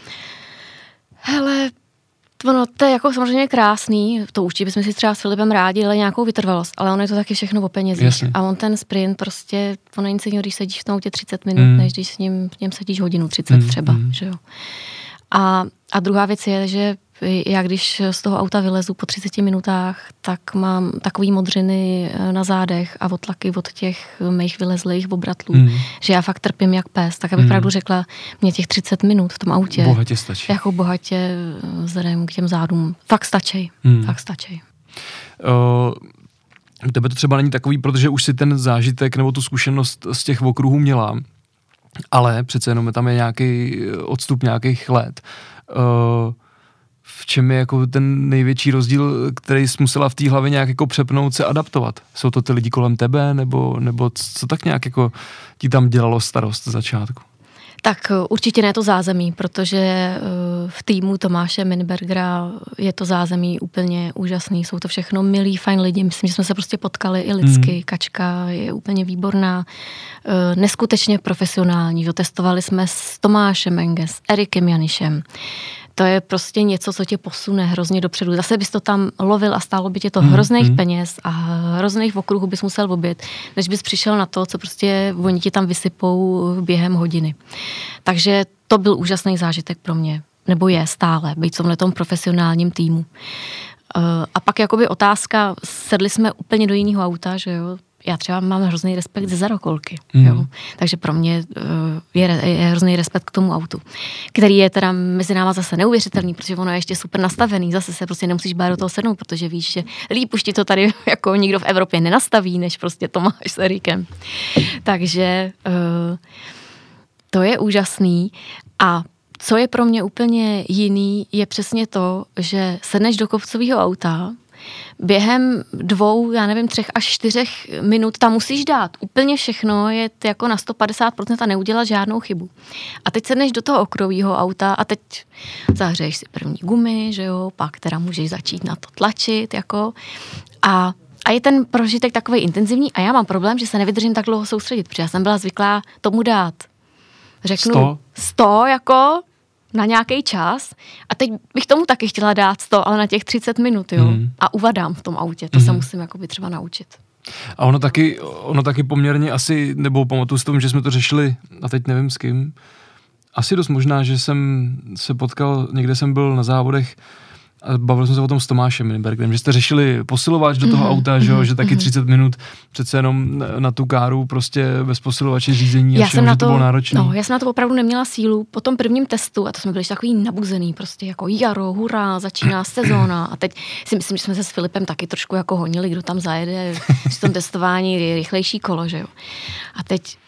Hele, ono to je jako samozřejmě krásný, to určitě bychom si třeba s Filipem rádi dali nějakou vytrvalost, ale ono je to taky všechno o penězích. Jasně. A on ten sprint prostě, ono je nic jiného, když sedíš v tom autě 30 minut, než když v něm sedíš hodinu 30 třeba, že jo. A druhá věc je, že já když z toho auta vylezu po 30 minutách, tak mám takový modřiny na zádech a odtlaky od těch mých vylezlých obratlů, že já fakt trpím jak pes. Tak abych pravdu řekla, mě těch 30 minut v tom autě bohatě stačí. Jako bohatě vzhledem k těm zádům. Fakt stačí. Fakt stačí. U tebe to třeba není takový, protože už si ten zážitek nebo tu zkušenost z těch okruhů měla, ale přece jenom tam je nějaký odstup nějakých let. V čem je jako ten největší rozdíl, který jsi musela v té hlavě nějak jako přepnout, se adaptovat? Jsou to ty lidi kolem tebe, nebo co tak nějak jako ti tam dělalo starost z začátku? Tak určitě ne to zázemí, protože v týmu Tomáše Minbergera je to zázemí úplně úžasný. Jsou to všechno milí, fajn lidi. Myslím, že jsme se prostě potkali i lidsky. Kačka je úplně výborná, neskutečně profesionální. Testovali jsme s Tomášem Menge, s Erikem Janišem. To je prostě něco, co tě posune hrozně dopředu. Zase bys to tam lovil a stálo by tě to hrozných peněz a hrozných okruhů bys musel objet, než bys přišel na to, co prostě oni ti tam vysypou během hodiny. Takže to byl úžasný zážitek pro mě. Nebo je stále, být v tomhletom profesionálním týmu. A pak jakoby otázka, sedli jsme úplně do jiného auta, že jo. Já třeba mám hrozný respekt ze zarokolky, jo. Takže pro mě je hrozný respekt k tomu autu, který je teda mezi náma zase neuvěřitelný, protože ono je ještě super nastavený, zase se prostě nemusíš bát do toho sednout, protože víš, že líp už ti to tady jako nikdo v Evropě nenastaví, než prostě Tomáš s Erikem. Takže to je úžasný a co je pro mě úplně jiný, je přesně to, že sedneš do kopcového auta, během 3 až 4 minut tam musíš dát úplně všechno, je jako na 150% a neudělat žádnou chybu. A teď sedneš do toho okruhového auta a teď zahřeješ si první gumy, že jo, pak teda můžeš začít na to tlačit, jako a je ten prožitek takový intenzivní a já mám problém, že se nevydržím tak dlouho soustředit, protože já jsem byla zvyklá tomu dát, řeknu 100 jako na nějaký čas a teď bych tomu taky chtěla dát 100, ale na těch 30 minut, jo. A uvadám v tom autě, to se musím jakoby třeba naučit. A ono taky poměrně asi, nebo pamatuju si tomu, že jsme to řešili, a teď nevím s kým, asi dost možná, že jsem se potkal, někde jsem byl na závodech a bavili jsme se o tom s Tomášem Minbergerem, že jste řešili posilovač do toho auta, že taky 30 minut přece jenom na tu káru prostě bez posilovače řízení a všeho, že to bylo náročné. No, já jsem na to opravdu neměla sílu po tom prvním testu a to jsme byli takový nabuzený, prostě jako jaro, hurá, začíná sezóna a teď si myslím, že jsme se s Filipem taky trošku jako honili, kdo tam zajede při tom testování rychlejší kolo, že jo. A teď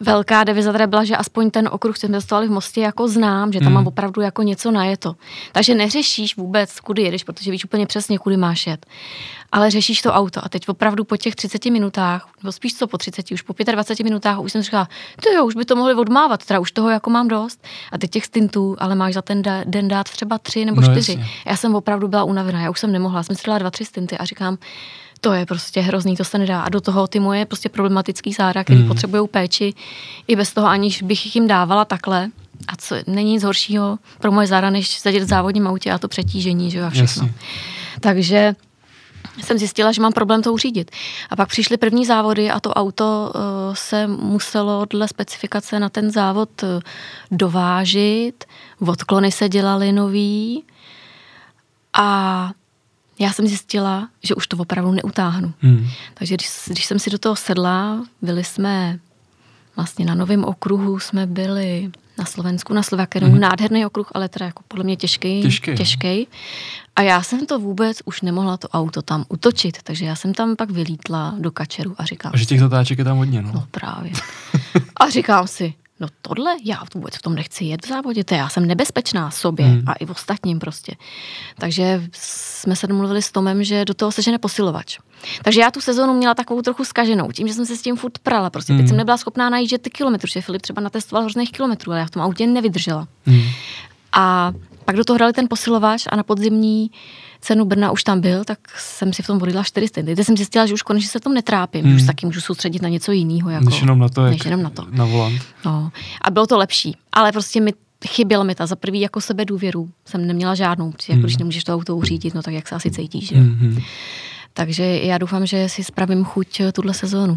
velká deviza tady byla, že aspoň ten okruh, co jsme dostali v Mostě, jako znám, že tam mám opravdu jako něco najeto. Takže neřešíš vůbec, kudy jedeš, protože víš úplně přesně, kudy máš jet. Ale řešíš to auto a teď opravdu po těch 30 minutách, nebo spíš co po 30, už po 25 minutách, už jsem říkala, už by to mohli odmávat, teda už toho jako mám dost. A teď těch stintů, ale máš za ten den dát třeba 3 nebo 4. Jasně. Já jsem opravdu byla unavená, já už jsem nemohla, jsem si dala 2-3 stinty a říkám, to je prostě hrozný, to se nedá. A do toho ty moje prostě problematický záda, který potřebují péči, i bez toho, aniž bych jim dávala takhle. A co není nic horšího pro moje záda, než sedět v závodním autě a to přetížení, že jo, a všechno. Jasně. Takže jsem zjistila, že mám problém to uřídit. A pak přišly první závody a to auto se muselo dle specifikace na ten závod dovážit, odklony se dělaly nový a já jsem zjistila, že už to opravdu neutáhnu. Takže když jsem si do toho sedla, byli jsme vlastně na novém okruhu, jsme byli na Slovensku, na Slovakénu, nádherný okruh, ale teda jako podle mě těžký. A já jsem to vůbec už nemohla to auto tam utočit, takže já jsem tam pak vylítla do kačeru a říkám... A že těch zatáček je tam hodně, no. No právě. A říkám si, no tohle, já vůbec v tom nechci jet v závodě, já jsem nebezpečná sobě a i v ostatním prostě. Takže jsme se domluvili s Tomem, že do toho sežene posilovač. Takže já tu sezónu měla takovou trochu zkaženou, tím, že jsem se s tím furt prala. Prostě teď jsem nebyla schopná najíždět ty kilometry, že Filip třeba natestoval hrozných kilometrů, ale já v tom autě nevydržela. A pak do toho hrali ten posilovač a na podzimní cenu Brna už tam byl, tak jsem si v tom odjela 4 stinty. Teď jsem zjistila, že už konečně se tom netrápím, že už taky můžu soustředit na něco jiného. Jako, než jenom na to, na volant. No. A bylo to lepší, ale prostě chyběla mi ta za prvý jako sebedůvěru. Jsem neměla žádnou, protože jako, když nemůžeš to auto uřídit, no tak jak se asi cítíš, že? Takže já doufám, že si spravím chuť tuhle sezónu.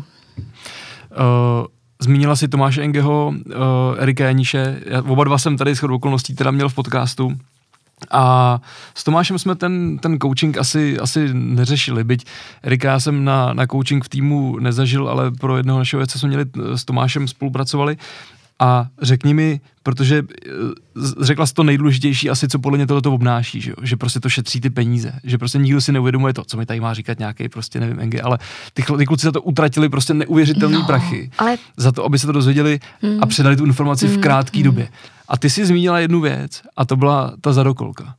Zmínila si Tomáše Engeho, Erika Janíše. Oba dva jsem tady shodou okolností teda měl v podcastu. A s Tomášem jsme ten coaching asi neřešili, byť Erika já jsem na coaching v týmu nezažil, ale pro jednoho našeho věce jsme měli s Tomášem spolupracovali. A řekni mi, protože řekla jsi to nejdůležitější asi, co podle mě tohleto obnáší, že prostě to šetří ty peníze, že prostě nikdo si neuvědomuje to, co mi tady má říkat nějaký prostě nevím Enge, ale ty kluci za to utratili prostě neuvěřitelný prachy, ale... za to, aby se to dozvěděli a předali tu informaci v krátké době. A ty jsi zmínila jednu věc a to byla ta zadokolka.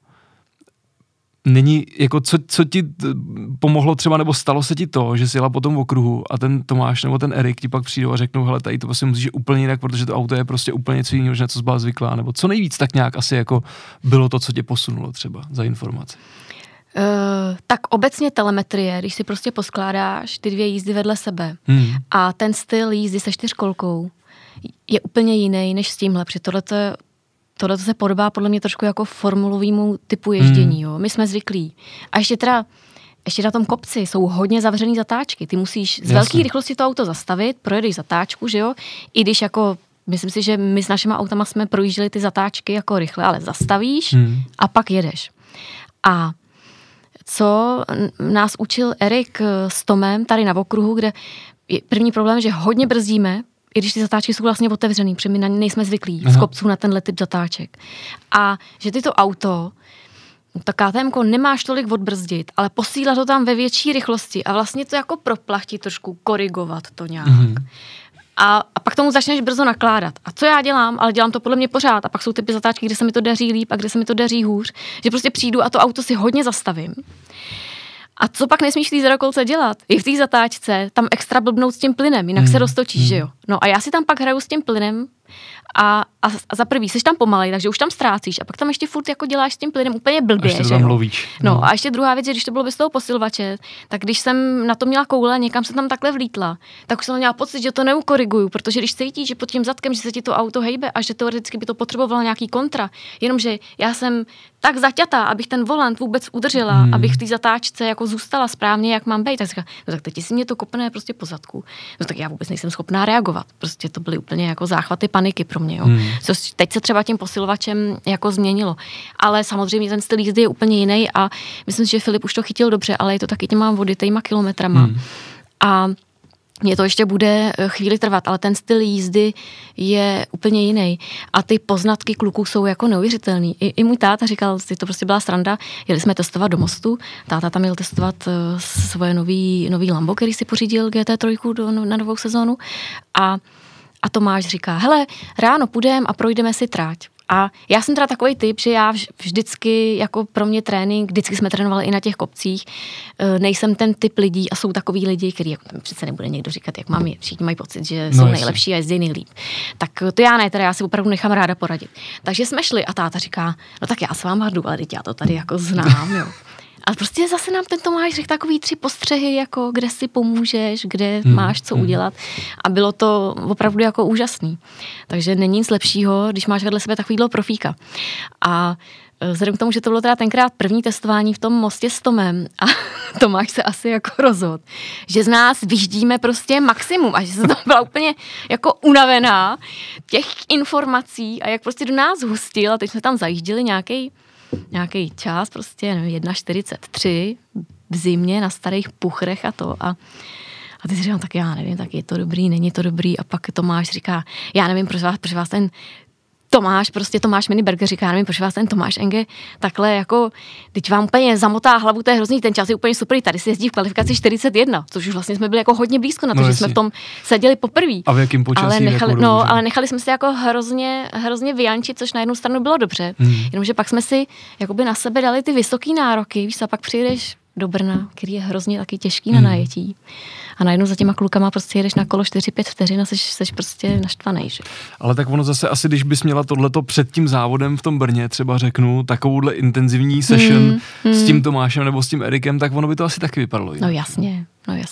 Není, jako co ti pomohlo třeba, nebo stalo se ti to, že jsi jela po tom okruhu a ten Tomáš nebo ten Erik ti pak přijdou a řeknou, hele, tady to prostě musíš úplně jinak, protože to auto je prostě úplně něco jiného, než na co jsi byla zvyklá, nebo co nejvíc tak nějak asi jako bylo to, co tě posunulo třeba za informace? Tak obecně telemetrie, když si prostě poskládáš ty 2 jízdy vedle sebe a ten styl jízdy se 4kolkou je úplně jiný než s tímhle, protože tohle se podobá podle mě trošku jako formulovému typu ježdění. Jo. My jsme zvyklí. A ještě na tom kopci jsou hodně zavřený zatáčky. Ty musíš z velké rychlosti to auto zastavit, projedeš zatáčku, že jo? I když jako, myslím si, že my s našima autama jsme projížděli ty zatáčky jako rychle, ale zastavíš a pak jedeš. A co nás učil Erik s Tomem tady na okruhu, kde je první problém, že hodně brzdíme, i když ty zatáčky jsou vlastně otevřený, protože my na ně nejsme zvyklí z kopců na tenhle typ zatáček. A že ty to auto, ta KTMko nemáš tolik odbrzdit, ale posílat to tam ve větší rychlosti a vlastně to jako proplachtit trošku, korigovat to nějak. A pak tomu začneš brzo nakládat. A co já dělám? Ale dělám to podle mě pořád. A pak jsou typy zatáčky, kde se mi to daří líp a kde se mi to daří hůř. Že prostě přijdu a to auto si hodně zastavím. A co pak nesmíš v té zadokolce dělat? I v té zatáčce tam extra blbnout s tím plynem, jinak se roztočíš, že jo? No a já si tam pak hraju s tím plynem a za prvý seš tam pomalej, takže už tam ztrácíš a pak tam ještě furt jako děláš s tím plynem úplně blbě, že jo? No a ještě druhá věc, že když to bylo bez toho posilovače, tak když jsem na to měla koule, někam se tam takhle vlítla, tak už jsem měla pocit, že to neukoriguju, protože když cítíš, že pod tím zadkem, že se ti to auto hejbe a že teoreticky by to potřebovalo nějaký kontra, jenomže já jsem tak zaťatá, abych ten volant vůbec udržela, abych v té zatáčce jako zůstala správně, jak mám být. Tak říká, no tak teď si mě to kopne prostě po zadku. No tak já vůbec nejsem schopná reagovat. Prostě to byly úplně jako záchvaty paniky pro mě, jo. Teď se třeba tím posilovačem jako změnilo. Ale samozřejmě ten styl jízdy je úplně jiný a myslím, že Filip už to chytil dobře, ale je to taky těma voditejma kilometrama. A mě to ještě bude chvíli trvat, ale ten styl jízdy je úplně jiný. A ty poznatky kluků jsou jako neuvěřitelný. I můj táta říkal, že to prostě byla sranda, jeli jsme testovat do Mostu, táta tam jel testovat svoje nový Lambo, který si pořídil GT3 na novou sezónu a A Tomáš říká, hele, ráno půjdem a projdeme si trať. A já jsem teda takový typ, že já vždycky, jako pro mě trénink, vždycky jsme trénovali i na těch kopcích, nejsem ten typ lidí a jsou takový lidi, který jako přece nebude někdo říkat, jak mám je. Všichni mají pocit, že jsou nejlepší a jezdí nejlíp. Tak to já ne, teda já si opravdu nechám ráda poradit. Takže jsme šli a táta říká, no tak já se vám jdu, ale teď já to tady jako znám, jo. A prostě zase nám ten Tomáš řekl takový 3 postřehy, jako kde si pomůžeš, kde máš co udělat. A bylo to opravdu jako úžasný. Takže není nic lepšího, když máš vedle sebe takovýhle profíka. A vzhledem k tomu, že to bylo teda tenkrát první testování v tom mostě s Tomem a Tomáš se asi jako rozhodl, že z nás vyždíme prostě maximum a že se to byla úplně jako unavená těch informací a jak prostě do nás hustil a teď jsme tam zajížděli nějaký čas, prostě nevím, 1:43 v zimě na starých puchrech a to a ty si říkám, tak já nevím, tak je to dobrý, není to dobrý a pak Tomáš říká, já nevím, proč vás ten Tomáš Miniberger říká, nevím, proč vás ten Tomáš Enge takhle jako, teď vám úplně zamotá hlavu, to je hrozný, ten čas je úplně super, tady se jezdí v kvalifikaci 41, což už vlastně jsme byli jako hodně blízko na to, že jsme v tom seděli poprvé. A v jakým počasí? Ale nechali jsme se jako hrozně vyjančit, což na jednu stranu bylo dobře, jenomže pak jsme si jakoby na sebe dali ty vysoký nároky, víš, a pak přijdeš do Brna, který je hrozně taky těžký na najetí. A najednou za těma klukama prostě jedeš na kolo 4-5 vteřin a seš prostě naštvanej. Že? Ale tak ono zase asi, když bys měla tohleto před tím závodem v tom Brně, třeba řeknu, takovouhle intenzivní session s tím Tomášem nebo s tím Erikem, tak ono by to asi taky vypadalo. No jasně.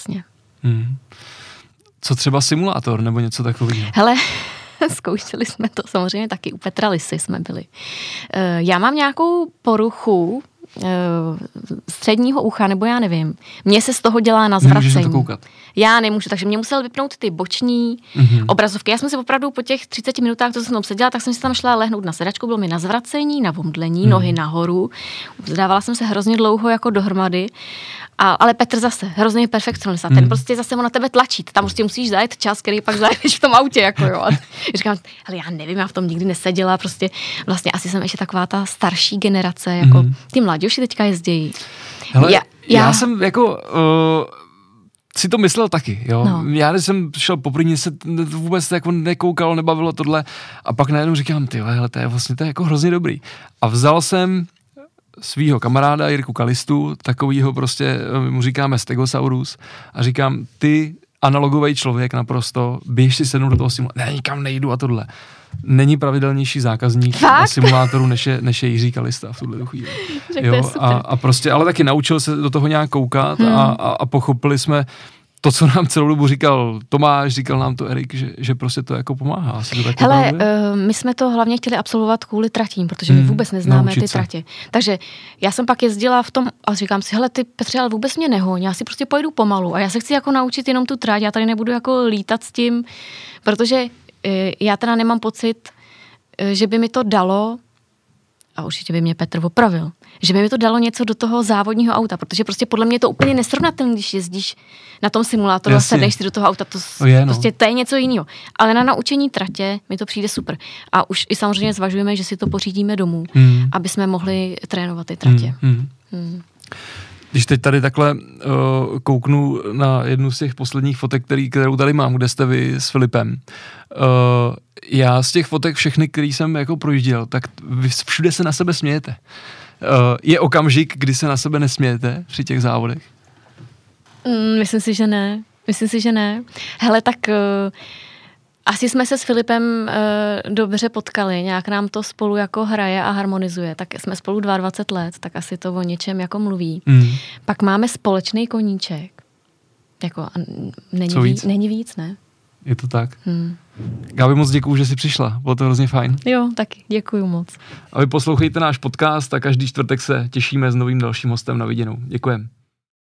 Co třeba simulátor nebo něco takového? Hele, zkoušeli jsme to samozřejmě taky, u Petra Lisy jsme byli. Já mám nějakou poruchu středního ucha, nebo já nevím. Mně se z toho dělá na zvracení. Nemůžeš na to koukat. Já nemůžu, takže mě musel vypnout ty boční obrazovky. Já jsem si opravdu po těch 30 minutách, co jsem tam seděla, tak jsem si tam šla lehnout na sedačku, bylo mi na zvracení, na omdlení, nohy nahoru. Zdávala jsem se hrozně dlouho jako dohromady. Ale Petr zase, hrozně perfekcionista. Ten prostě zase na tebe tlačí. Tam prostě musíš zajet čas, který pak zajedeš v tom autě. Jako jo. A říkám, hele, já nevím, já v tom nikdy neseděla. Prostě vlastně asi jsem ještě taková ta starší generace. Jako ty mladější teďka jezdějí. Hele, já jsem jako... si to myslel taky, jo. No. Já když jsem šel poprvé, se vůbec jako nekoukal, nebavilo tohle a pak najednou říkám, hele, to je jako hrozně dobrý. A vzal jsem svýho kamaráda Jirku Kalistu, takovýho prostě, mu říkáme Stegosaurus a říkám, ty analogový člověk naprosto, běž si sednout do toho simulátoru, ne, nikam nejdu a tohle. Není pravidelnější zákazník na simulátoru, než je Jiří Kalista v tuhle chvíli. Jo, a prostě, ale taky naučil se do toho nějak koukat a pochopili jsme to, co nám celou dobu říkal Tomáš, říkal nám to Erik, že prostě to jako pomáhá. Hele, my jsme to hlavně chtěli absolvovat kvůli tratím, protože my vůbec neznáme ty tratě. Takže já jsem pak jezdila v tom a říkám si, hele, ty Petře, ale vůbec mě nehoň, já si prostě pojedu pomalu a já se chci jako naučit jenom tu trať, já tady nebudu jako lítat s tím, protože já teda nemám pocit, že by mi to dalo, a určitě by mě Petr opravil, že by mi to dalo něco do toho závodního auta, protože prostě podle mě je to úplně nesrovnatelné, když jezdíš na tom simulátoru a sedneš si do toho auta, prostě to je něco jiného. Ale na naučení tratě mi to přijde super. A už i samozřejmě zvažujeme, že si to pořídíme domů, aby jsme mohli trénovat ty tratě. Když teď tady takhle kouknu na jednu z těch posledních fotek, kterou tady mám, kde jste vy s Filipem, já z těch fotek všechny, který jsem jako projížděl, tak vy všude se na sebe smějete. Je okamžik, kdy se na sebe nesmějete při těch závodech? Myslím si, že ne. Hele, tak asi jsme se s Filipem dobře potkali, nějak nám to spolu jako hraje a harmonizuje, tak jsme spolu 22 let, tak asi to o něčem jako mluví. Pak máme společný koníček. Jako, není víc, ne? Je to tak. Gábi, moc děkuju, že jsi přišla. Bylo to hrozně fajn. Jo, taky. Děkuju moc. A vy poslouchejte náš podcast a každý čtvrtek se těšíme s novým dalším hostem. Na viděnou. Děkujeme.